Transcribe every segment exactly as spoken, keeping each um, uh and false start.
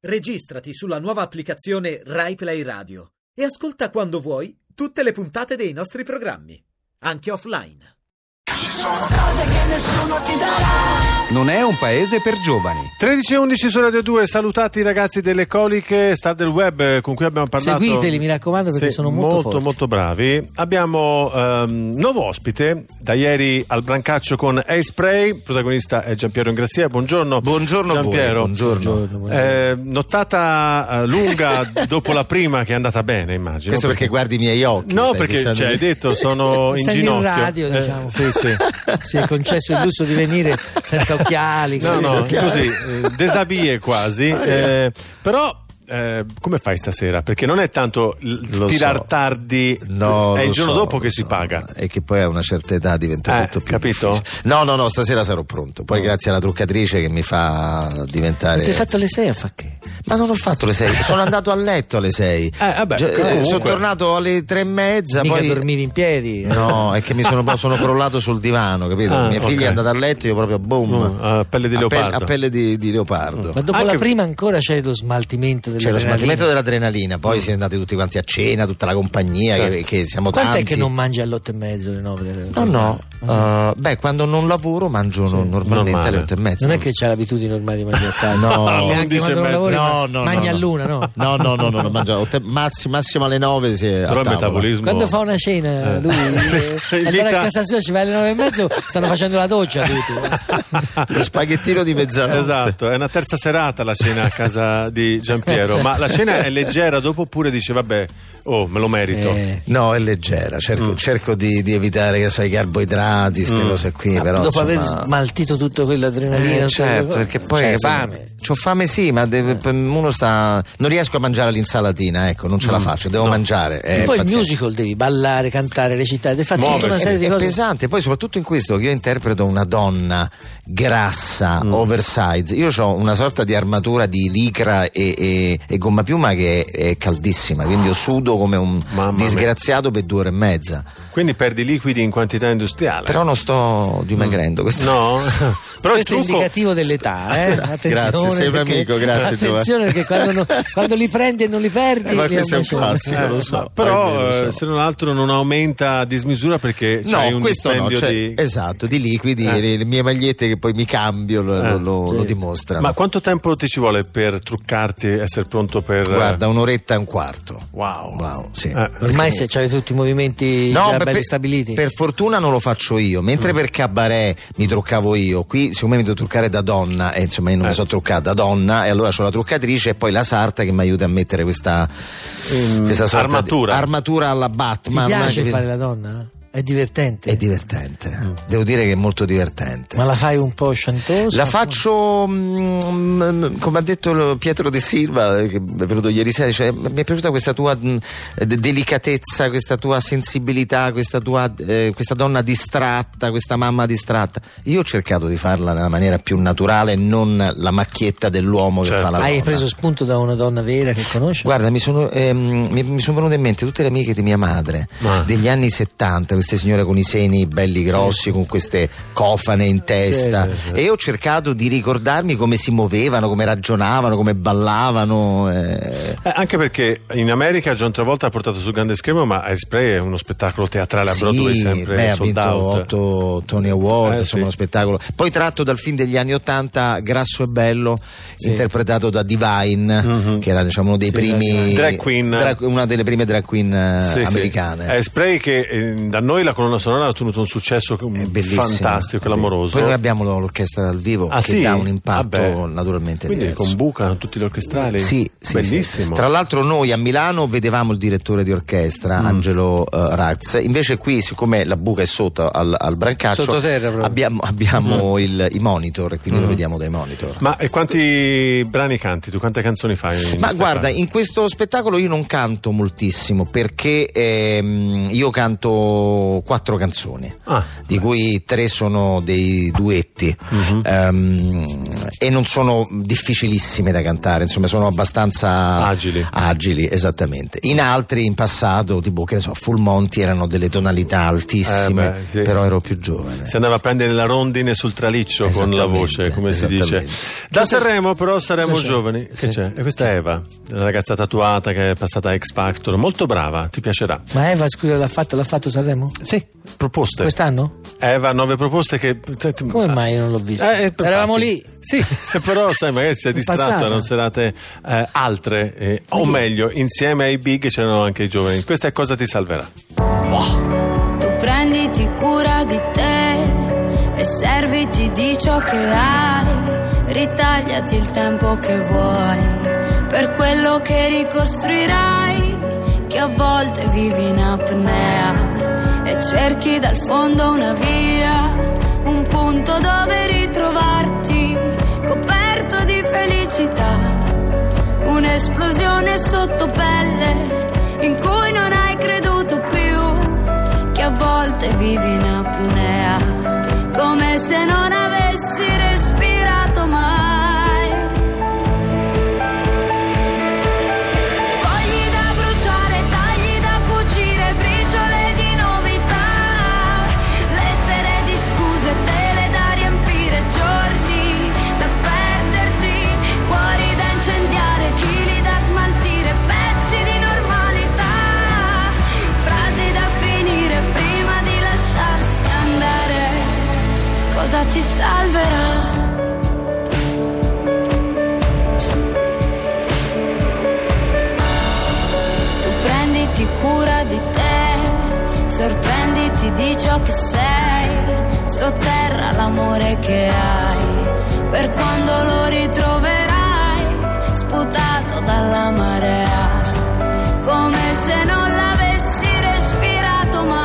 Registrati sulla nuova applicazione Rai Play Radio e ascolta quando vuoi tutte le puntate dei nostri programmi, anche offline. Ci sono cose che nessuno ti darà. Non è un paese per giovani. tredici e undici su Radio due, salutati i ragazzi delle Coliche, star del web con cui abbiamo parlato. Seguiteli, mi raccomando, perché sì, sono molto molto, forti. molto bravi. Abbiamo um, nuovo ospite, da ieri al Brancaccio con A-Spray, protagonista è Giampiero Ingrassia. Buongiorno. Buongiorno Giampiero. a voi, buongiorno. Buongiorno, buongiorno. Eh, nottata uh, lunga dopo la prima, che è andata bene, immagino. Questo perché guardi i miei occhi. No, stai perché fissando- cioè, hai detto sono in Sei in ginocchio. radio, Eh, diciamo. sì, sì. Si è concesso il lusso di venire senza occhiali. No, così. no, occhiali. così, eh, desabie quasi, eh, però eh, come fai stasera? Perché non è tanto l- Lo tirar so. tardi, No, è il lo giorno so, dopo lo che so. si paga. E che poi a una certa età diventa Eh, tutto più capito? difficile. No, no, no, stasera sarò pronto. Poi grazie alla truccatrice che mi fa diventare. Ti hai fatto le sei a fa che? Ma non ho fatto le sei, sono andato a letto alle sei. Eh, vabbè, Già- comunque. sono tornato alle tre e mezza. Mica poi... dormivi in piedi? No, è che mi sono, sono crollato sul divano, capito? Ah, Mia figlia ok. è andata a letto, io proprio boom. Mm, a pelle di A pelle- leopardo. A pelle di, di leopardo. Ma dopo Anche- la prima ancora c'è lo smaltimento C'è lo dell'adrenalina. smaltimento dell'adrenalina, poi si è andati tutti quanti a cena, tutta la compagnia, Certo. che, che siamo Quant'è tanti. che non mangi alle otto e mezzo, alle nove delle No, no, uh, beh, quando non lavoro mangio no- normalmente normale. alle otto e mezza. Non è che c'è l'abitudine ormai di mangiare tardi. No, neanche undici e quando non mezza. lavori, No, ma- no, mangi no, no. all'una, no? No, no, no, no, no mangio otte- massimo, massimo alle nove si è Però a il tavola. metabolismo. Quando fa una cena lui Sì, eh, andare invita- a casa sua, ci va alle nove e mezzo, stanno facendo la doccia tutti. Lo spaghettino di mezzanotte. Esatto, è una terza serata la cena a casa di Giampiero, ma la cena è leggera dopo oppure dice vabbè, oh, me lo merito. Eh, No, è leggera, cerco, Mm. cerco di, di evitare che so, i carboidrati, queste Mm. cose qui, però dopo aver insomma... smaltito tutto quell'adrenalina, Eh, tutte quelle certo, cose, perché poi c'hai fame. c'ho fame sì, ma deve- uno sta non riesco a mangiare l'insalatina, ecco, non ce la faccio, devo mangiare. E eh, poi il pazienza. musical devi ballare, cantare, recitare, devi fare tutta una Muoversi. serie di È cose. pesante, poi soprattutto in questo che io interpreto una donna grassa, Mm. oversize. Io ho una sorta di armatura di licra e, e, e gomma piuma che è, è caldissima, quindi io sudo come un Mamma mia. disgraziato per due ore e mezza. Quindi perdi liquidi in quantità industriale. Però non sto dimagrendo. Questo... No, però il Questo è trucco... indicativo dell'età, eh? Attenzione, Grazie, sei un perché- amico, grazie, Giovanni. Attenzione perché quando, non- quando li prendi e non li perdi, Eh, ma li questo è un abbandoni. classico, Eh, lo so. ma però è vero, lo so. eh, se non altro non aumenta a dismisura perché c'hai No, un questo no, dispendio cioè, di... esatto, di liquidi, Eh. le, le mie magliette che poi mi cambio lo, Eh, lo- sì. lo dimostrano. Ma quanto tempo ti ci vuole per truccarti e essere pronto per... Guarda, un'oretta e un quarto. Wow. Wow, sì. Eh. Ormai se c'hai tutti i movimenti No, già beh, belli per, stabiliti. per fortuna non lo faccio io, mentre per cabaret mi truccavo io, qui siccome mi devo truccare da donna, e insomma io non Eh. mi so truccare da donna, e allora c'ho la truccatrice e poi la sarta che mi aiuta a mettere questa, questa sorta armatura. di armatura alla Ti Batman. piace Ma- fare la donna? È divertente? È divertente, devo dire che è molto divertente. Ma la fai un po' chantosa? La faccio mm, come ha detto lo- Pietro De Silva, che è venuto ieri sera, cioè, mi è piaciuta questa tua mm, de- delicatezza, questa tua sensibilità, questa tua eh, questa donna distratta, questa mamma distratta. Io ho cercato di farla nella maniera più naturale, non la macchietta dell'uomo Certo. che fa la Hai donna. preso spunto da una donna vera che conosci? Guarda, mi sono, ehm, mi, mi sono venute in mente tutte le amiche di mia madre Ah. degli anni settanta, queste signore con i seni belli grossi, con queste cofane in testa, Sì, sì, sì. e io ho cercato di ricordarmi come si muovevano, come ragionavano, come ballavano. eh. Eh, anche perché in America John Travolta ha portato sul grande schermo, ma Hairspray è uno spettacolo teatrale a Broadway Sì, sempre beh, ha sold vinto out. otto Tony Award, Eh, insomma sì. uno spettacolo. Poi tratto dal film degli anni ottanta, Grasso e Bello, Sì. interpretato da Divine, Mhm. che era diciamo uno dei Sì, primi Drag queen. drag- una delle prime drag queen eh, Sì, sì. americane. Hairspray che eh, da noi la colonna sonora ha ottenuto un successo È bellissimo, fantastico, è be- clamoroso. Poi noi abbiamo l'orchestra dal vivo Ah, che sì? dà un impatto Vabbè. naturalmente Quindi diverso. con Buca, tutti gli orchestrali. Sì, sì, bellissimo. sì. Tra l'altro noi a Milano vedevamo il direttore di orchestra, Mm. Angelo uh, Raz, invece qui siccome la buca è sotto al, al Brancaccio Sottoterra proprio. abbiamo, abbiamo Mm. il, i monitor, e quindi lo vediamo dai monitor. Ma e quanti brani canti? Tu quante canzoni fai? in Ma spettacolo? guarda, in questo spettacolo io non canto moltissimo perché ehm, io canto fatto quattro canzoni, ah. di cui tre sono dei duetti, uh-huh. um, e non sono difficilissime da cantare, insomma sono abbastanza agili. agili, esattamente. In altri in passato, tipo che ne so, Full Monty, erano delle tonalità altissime, eh beh, sì. però ero più giovane. Si andava a prendere la rondine sul traliccio con la voce, come si dice. Da Sanremo però saremo giovani. Che sì. c'è? E questa è Eva, la ragazza tatuata che è passata a X Factor, molto brava, ti piacerà. Ma Eva, scusa, l'ha fatto, l'ha fatto Sanremo? Sì, proposte. Quest'anno? Eva, nove proposte che... Come mai non l'ho visto? Eh, Eravamo lì. Sì, però sai, magari si è distratto, erano serate eh, altre, eh, o meglio, insieme ai big c'erano anche i giovani. Questa è Cosa ti salverà. Oh. Tu prenditi cura di te e serviti di ciò che hai, ritagliati il tempo che vuoi per quello che ricostruirai, che a volte vivi in apnea e cerchi dal fondo una via, un punto dove ritrovarti coperto di felicità, un'esplosione sotto pelle in cui non hai creduto più, che a volte vivi in apnea come se non avessi respirato mai. Fogli da bruciare, tagli da cucire, briciole di novità, lettere di scuse, tele da riempire, giorni da perderti, cuori da incendiare, chili da smaltire, pezzi di normalità, frasi da finire prima di lasciarsi andare. Cosa ti salverà? Tu prenditi cura di te, sorprenditi di ciò che sei, sotterra l'amore che hai, per quando lo ritroverai, sputato dalla marea, come se non l'avessi respirato mai.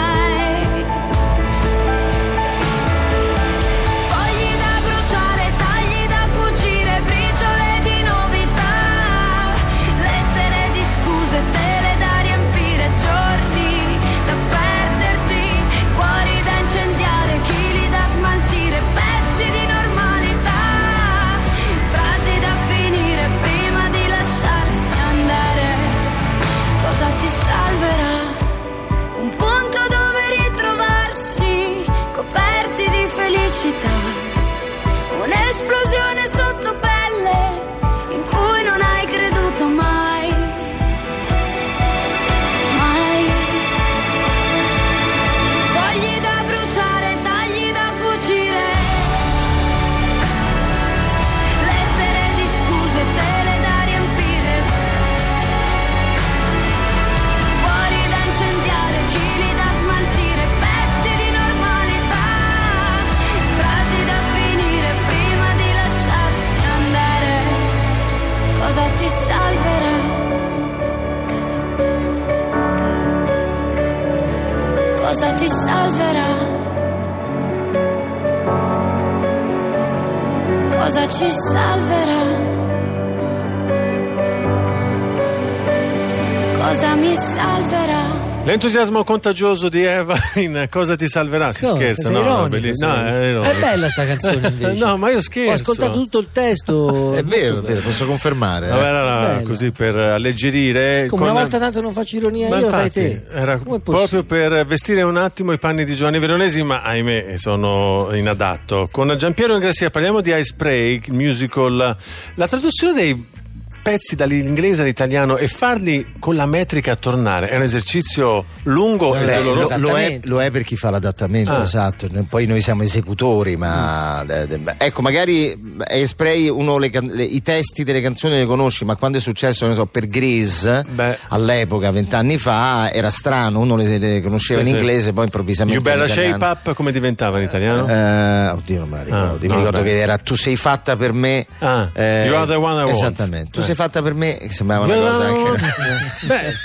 Tele da riempire, giorni da perderti, cuori da incendiare, chili da smaltire, pezzi di normalità, frasi da finire prima di lasciarsi andare. Cosa ti salverà? Un punto dove ritrovarsi, coperti di felicità, un'esplosione sotto pelle in cui non hai creduto mai. Cosa ti salverà? Cosa ti salverà? Cosa ci salverà? Cosa mi salverà? L'entusiasmo contagioso di Eva in Cosa ti salverà? Si no, scherza, sei no? ironico, No, sei. è, ironico. È bella sta canzone invece. No, ma io scherzo. Ho ascoltato tutto il testo. È vero, è vero, posso confermare. Vabbè, eh. no, no, così per alleggerire. Come con... una volta tanto non faccio ironia ma io, infatti, fai te. Era proprio per vestire un attimo i panni di Giovanni Veronesi, ma ahimè sono inadatto. Con Giampiero Ingrassia parliamo di Ice Spray, il musical. La traduzione dei pezzi dall'inglese all'italiano e farli con la metrica tornare è un esercizio lungo e Beh, doloroso. lo, lo, è, lo è per chi fa l'adattamento, Ah. esatto. Poi noi siamo esecutori, ma Mm. de, de, ecco, magari Spray uno le, can- le, i testi delle canzoni le conosci, ma quando è successo, ne so, per Grease, Beh. all'epoca, vent'anni fa, era strano, uno le, le conosceva Sì, in sì. inglese, poi improvvisamente You Better in italiano. Shape Up come diventava in italiano? Eh, oddio, non me la ricordo. Ah, Mi no, ricordo beh. che era Tu sei fatta per me. Ah, You Are the One I Want. Esattamente. Tu Eh. sei fatta per me, che sembrava una cosa anche. Beh,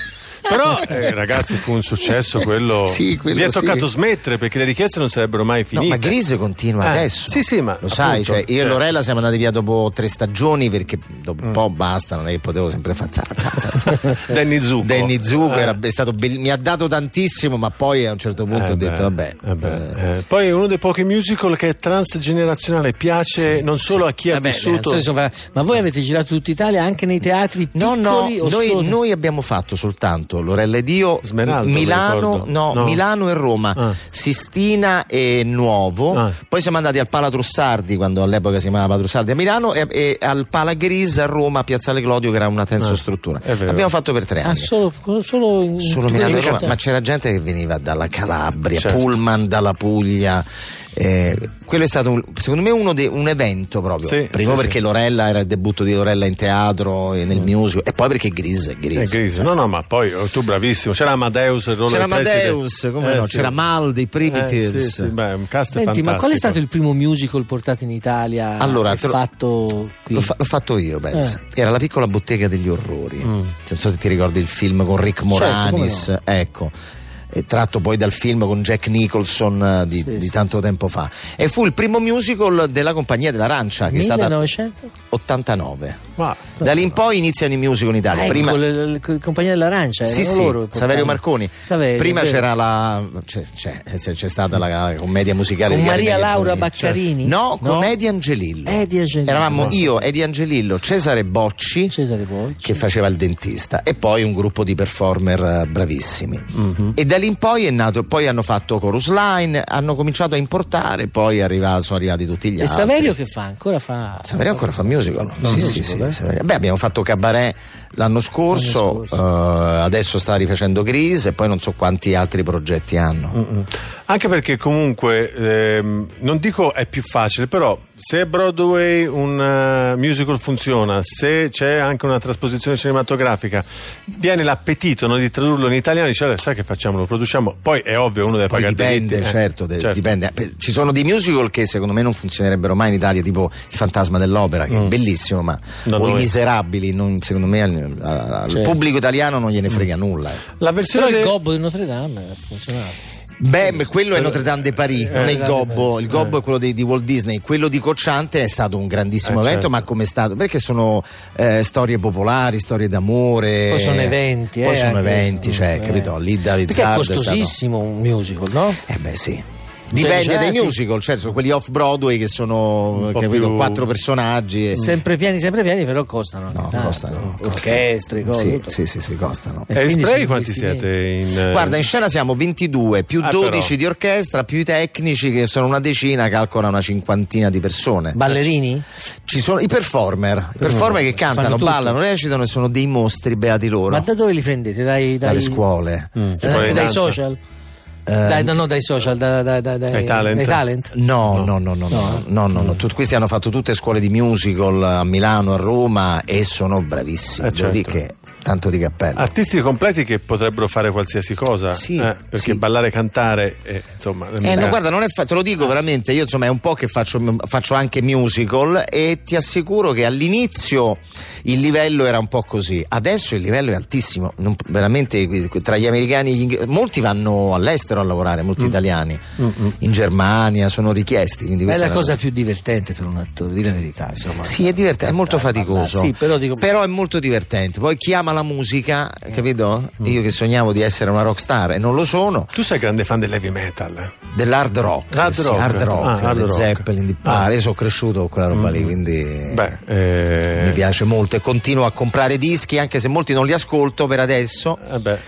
Però eh, ragazzi, fu un successo quello. Sì, quello Vi è toccato sì. smettere perché le richieste non sarebbero mai finite. No, ma Grease continua Eh, adesso. sì, sì, ma lo sai, appunto, cioè, io certo. e Lorella siamo andati via dopo tre stagioni perché dopo un po' basta, non è che potevo sempre fare za, za, za, za. Danny Zucco. Danny Zucco Eh. era, è stato bell- mi ha dato tantissimo, ma poi a un certo punto Eh ho detto beh, vabbè. eh beh, eh. Poi è uno dei pochi musical che è transgenerazionale, piace non solo a chi ha Vabbè, vissuto. beh, insomma, ma voi avete girato tutta Italia anche nei teatri No, piccoli no, o noi, solo- noi abbiamo fatto soltanto Lorella ed io Smeraldo, mi Milano, ricordo. no, No. Milano e Roma, Ah. Sistina e Nuovo, Ah. poi siamo andati al Pala Trussardi quando all'epoca si chiamava Pala Trussardi a Milano e, e al Pala Gris a Roma, a Piazzale Clodio, che era una tensostruttura. è vero. Abbiamo fatto per tre anni. Ah, solo, solo, in Solo tutte Milano le e Roma, città. ma c'era gente che veniva dalla Calabria, Certo. pullman dalla Puglia. Eh, quello è stato un- secondo me uno de- un evento proprio. Sì, Primo sì, perché sì. Lorella era il debutto di Lorella in teatro e nel musical, e poi perché Grease è Grease. È Grease. No, no, ma poi oh, tu bravissimo. C'era Amadeus, il ruolo C'era del preside. Amadeus, come Eh, no? sì. C'era Mal dei Primitives. Eh, sì, sì, beh, un cast Senti, fantastico. ma qual è stato il primo musical portato in Italia Allora, e te lo- fatto qui? L'ho, fa- l'ho fatto io, pensa. Eh. Era La piccola bottega degli orrori. Non so se ti ricordi il film con Rick Moranis. come Ecco. E tratto poi dal film con Jack Nicholson eh, di, Sì, di sì, tanto tempo fa. E fu il primo musical della Compagnia dell'Arancia, che è stata millenovecento? ottantanove. Ma, Da lì in poi iniziano i musical in Italia. Ecco, Prima le, le, le Compagnia dell'Arancia, Sì, erano sì, loro che Saverio portavano. Marconi. Saverio, Prima è vero. c'era la c'è, c'è, c'è- c'è stata la commedia musicale Con di Maria Gary Laura Angelillo. Baccarini? No, con No? Eddie Angelillo. Eddie Angelillo. Eravamo No. io, Eddie Angelillo, Cesare Bocci, Cesare Bocci. che faceva il dentista, e poi un gruppo di performer eh, bravissimi. E da lì in poi è nato, poi hanno fatto Chorus Line, hanno cominciato a importare, poi arriva- sono arrivati tutti gli E altri. Saverio che fa? Ancora fa? Saverio ancora fa musical? No, sì, musical, sì, sì, eh? Saverio. Beh, abbiamo fatto Cabaret l'anno scorso, L'anno scorso. eh, adesso sta rifacendo Grease e poi non so quanti altri progetti hanno. anche perché comunque ehm, non dico è più facile, però se a Broadway un eh, musical funziona, se c'è anche una trasposizione cinematografica, viene l'appetito, no, di tradurlo in italiano, dice allora, sai che facciamo, lo produciamo, poi è ovvio uno deve Poi pagare dei dipende, diritti, eh, certo, de- dipende. Eh, Ci sono dei musical che secondo me non funzionerebbero mai in Italia, tipo Il Fantasma dell'Opera, che è bellissimo, ma Da o I noi. Miserabili, non- secondo me al, al- al Certo. pubblico italiano non gliene frega nulla. eh. La Però versione il de- gobbo di Notre Dame ha funzionato. Beh, ma quello è Notre Dame de Paris, non è il Notre Dame de gobbo. Paris. Il gobbo è quello di, di Walt Disney. Quello di Cocciante è stato un grandissimo Eh, evento, certo. ma come è stato? Perché sono eh, storie popolari, storie d'amore. Poi sono eventi, Poi eh, sono anche- eventi, cioè, eh. capito? Lì David Perché è Zard stato- costosissimo un musical, no? Eh beh, sì. Dipende Cioè, dai sì. musical, certo, sono quelli off Broadway che sono, Un po' capito, più- quattro personaggi. e- Sempre pieni, sempre pieni, però costano. No, tanto. costano. costano. Orchestre, cose. Sì, tutto. sì, sì, sì, costano. E E quindi Spray sono quanti investimenti. siete in eh, Guarda, in scena siamo ventidue, più Ah, dodici però. di orchestra, più i tecnici che sono una decina, calcola una cinquantina di persone. Ballerini? Ci sono i performer, i performer che Fanno cantano, tutto. ballano, recitano e sono dei mostri, beati loro. Ma da dove li prendete? Dai, dai, Dalle scuole. tipo dai, le dai danze? social? dai, no, no, dai social, da, da, da, dai, Dai talent? dai talent? No, no, no, no, no, no, no, no. Tutti questi hanno fatto tutte scuole di musical a Milano, a Roma e sono bravissimi. Eh, Devo dire certo. che tanto di cappello. artisti completi che potrebbero fare qualsiasi cosa, Sì, eh, perché sì. ballare, cantare, eh, insomma. Eh, no, guarda, non è fa- te lo dico veramente, io insomma è un po' che faccio, faccio anche musical e ti assicuro che all'inizio il livello era un po' così, adesso il livello è altissimo, non- veramente tra gli americani, gli ingh- molti vanno all'estero a lavorare, molti italiani, in Germania sono richiesti. Quindi È questa la una cosa più divertente per un attore, dire la verità, insomma. Sì, è divertente, è molto faticoso. Sì, però dico- è molto divertente. Poi chi ama la musica, capito? Io che sognavo di essere una rockstar e non lo sono, Tu sei grande fan dell'heavy metal. dell'hard rock, Hard sì, rock. hard rock, Ah, hard Led rock. Zeppelin, di Ah. Pare. Io sono cresciuto con quella roba lì, quindi Beh, eh, mi piace molto e continuo a comprare dischi, anche se molti non li ascolto per adesso, eh beh,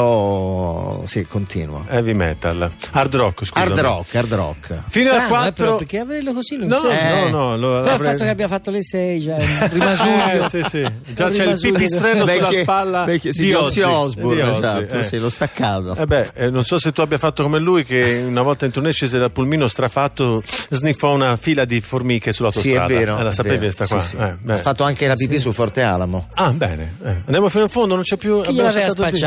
però sì, continuo. heavy metal. Hard rock, scusa. Hard rock, hard rock. Fino a Strano, eh, però, quattro. perché averlo così non No, so. Eh. no, no, lo Però il avrei- fatto che abbia fatto le sei già il prima subito. Eh, sì, sì. Già Il c'è il prima subito. pipistrello sulla Vecchie- spalla vecchie- sì, di di Ozzy. Ozzy Osbourne, Di Ozzy, esatto, eh. sì, l'ho staccato. Eh beh, eh, non so se tu abbia fatto come lui, che una volta in tournée scese dal pulmino strafatto, sniffò una fila di formiche Sì, sull'autostrada. è vero. Eh, la è sapevi vero. sta qua? Sì, sì. Eh, beh. Ho fatto anche la pipì su Forte Alamo. Ah, bene. Eh. Andiamo fino in fondo, non c'è più. Chi abbiamo gliel'aveva saltato il spacciate le formiche?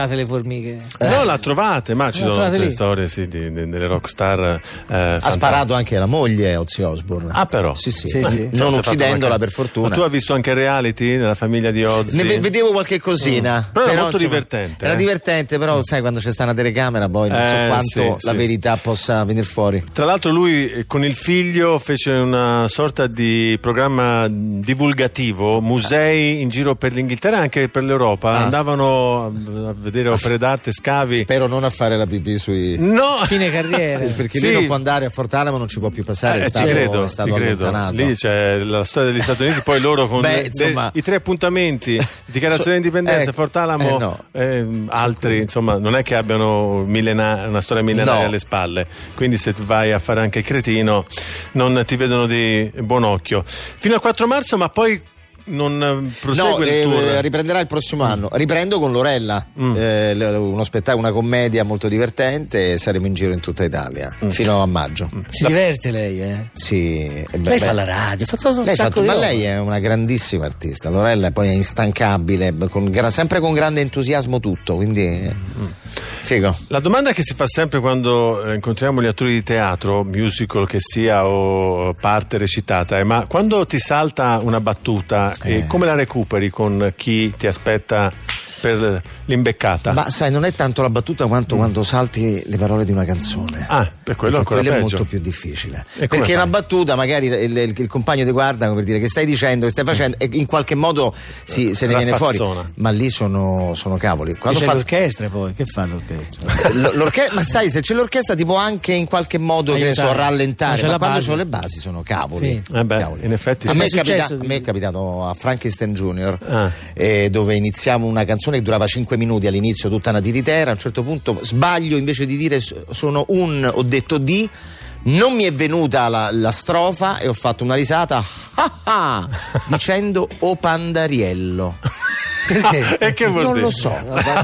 enormi. Che... No, la trovate, ma ci La sono trovate delle lì. storie sì, di, di- delle rockstar. eh, Ha fantastiche. sparato anche la moglie Ozzy Osbourne. Ah, però. Sì, sì. Sì, sì. Non Si è fatto uccidendola, qualche- per fortuna. Ma tu hai visto anche il reality nella famiglia di Ozzy? Ne ve- vedevo qualche cosina. Mm. Però era molto divertente, Era eh. divertente, però sai, quando c'è sta una telecamera poi non so Eh, quanto sì, la sì. verità possa venire fuori. Tra l'altro lui eh, con il figlio fece una sorta di programma divulgativo, musei in giro per l'Inghilterra e anche per l'Europa. Ah. Andavano a vedere opere d'arte, scavi. Spero non a fare la pipì sui... No! Fine carriera. Sì, perché Sì. lui non può andare a Fortalamo, non ci può più passare, Eh, è stato, ci credo, è stato ci credo. allontanato. Lì c'è la storia degli Stati Uniti, poi loro con Beh, le- insomma- le- i tre appuntamenti, dichiarazione So- di indipendenza, eh, Fortalamo, eh, no. ehm, altri, insomma, non è che abbiano millena- una storia millenaria No. alle spalle, quindi se vai a fare anche il cretino non ti vedono di buon occhio. Fino al quattro marzo, ma poi non eh, prosegue No, il eh, tour. riprenderà il prossimo anno. Riprendo con Lorella, Mm. eh, l- uno spettacolo, una commedia molto divertente, e saremo in giro in tutta Italia Mm. fino a maggio. Si diverte lei, eh? Sì, è be- Lei beh, fa la radio, fa tutto un lei fa- sacco di ma roba. lei è una grandissima artista. Lorella poi è instancabile, con gra- sempre con grande entusiasmo tutto, quindi eh, figo. La domanda che si fa sempre quando eh, incontriamo gli attori di teatro, musical che sia o parte recitata, è: ma quando ti salta una battuta, Eh. eh, come la recuperi con chi ti aspetta per l'imbeccata? Ma sai, non è tanto la battuta quanto quando salti le parole di una canzone. Ah, per quello Perché ancora quello è peggio. molto più difficile. E come Perché fai? una battuta, magari il, il- il compagno ti guarda per dire che stai dicendo, che stai facendo, e in qualche modo si- se ne viene fuori. Raffazzona. Ma lì sono, sono cavoli. Quando C'è fa- l'orchestra poi, che fa l'orchestra? L- l'orche- ma sai, se c'è l'orchestra ti può anche in qualche modo, che ne so, Aiutare. rallentare, Ma c'è ma la quando base. c'ho le basi sono cavoli. Sì. Eh beh, Cavoli. in effetti a, sì. me È è capita- successo a me è capitato a Frankenstein Junior, Ah. eh, dove iniziamo una canzone che durava cinque minuti all'inizio, tutta una tiritera. A un certo punto sbaglio, invece di dire s- sono un, ho detto di. Non mi è venuta la, la strofa e ho fatto una risata ah ah, dicendo o pandariello. Perché? E che vuol non dire? lo so.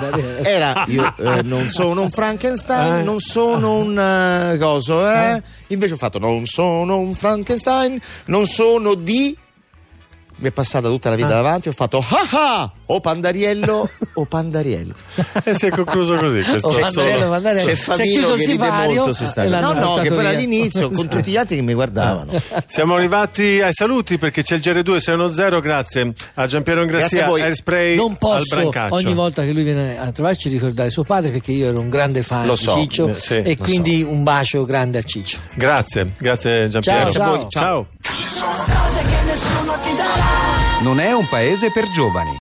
Era io eh, non sono un Frankenstein, Eh. non sono un eh, coso, eh? Invece ho fatto non sono un Frankenstein, non sono di. Mi è passata tutta la vita davanti, ho fatto ah ah, o pandariello o pandariello. E si è concluso così. Questo Oh, solo- Mandariello, Mandariello. C'è Si è Famino chiuso il che ride sipario molto su sta e cosa. l'hanno No, no, portato che poi via. all'inizio con tutti gli altri che mi guardavano. Siamo arrivati ai saluti perché c'è il G R due sei uno zero, grazie a Giampiero Grazie Ingrassia, a voi. Airspray Non al posso Brancaccio. ogni volta che lui viene a trovarci ricordare suo padre, perché io ero un grande fan Lo di so, Ciccio, eh, sì, e lo quindi un bacio grande a Ciccio. Grazie, grazie Giampiero. Ciao, ciao. ciao. Ci sono cose che nessuno ti darà. Non è un paese per giovani.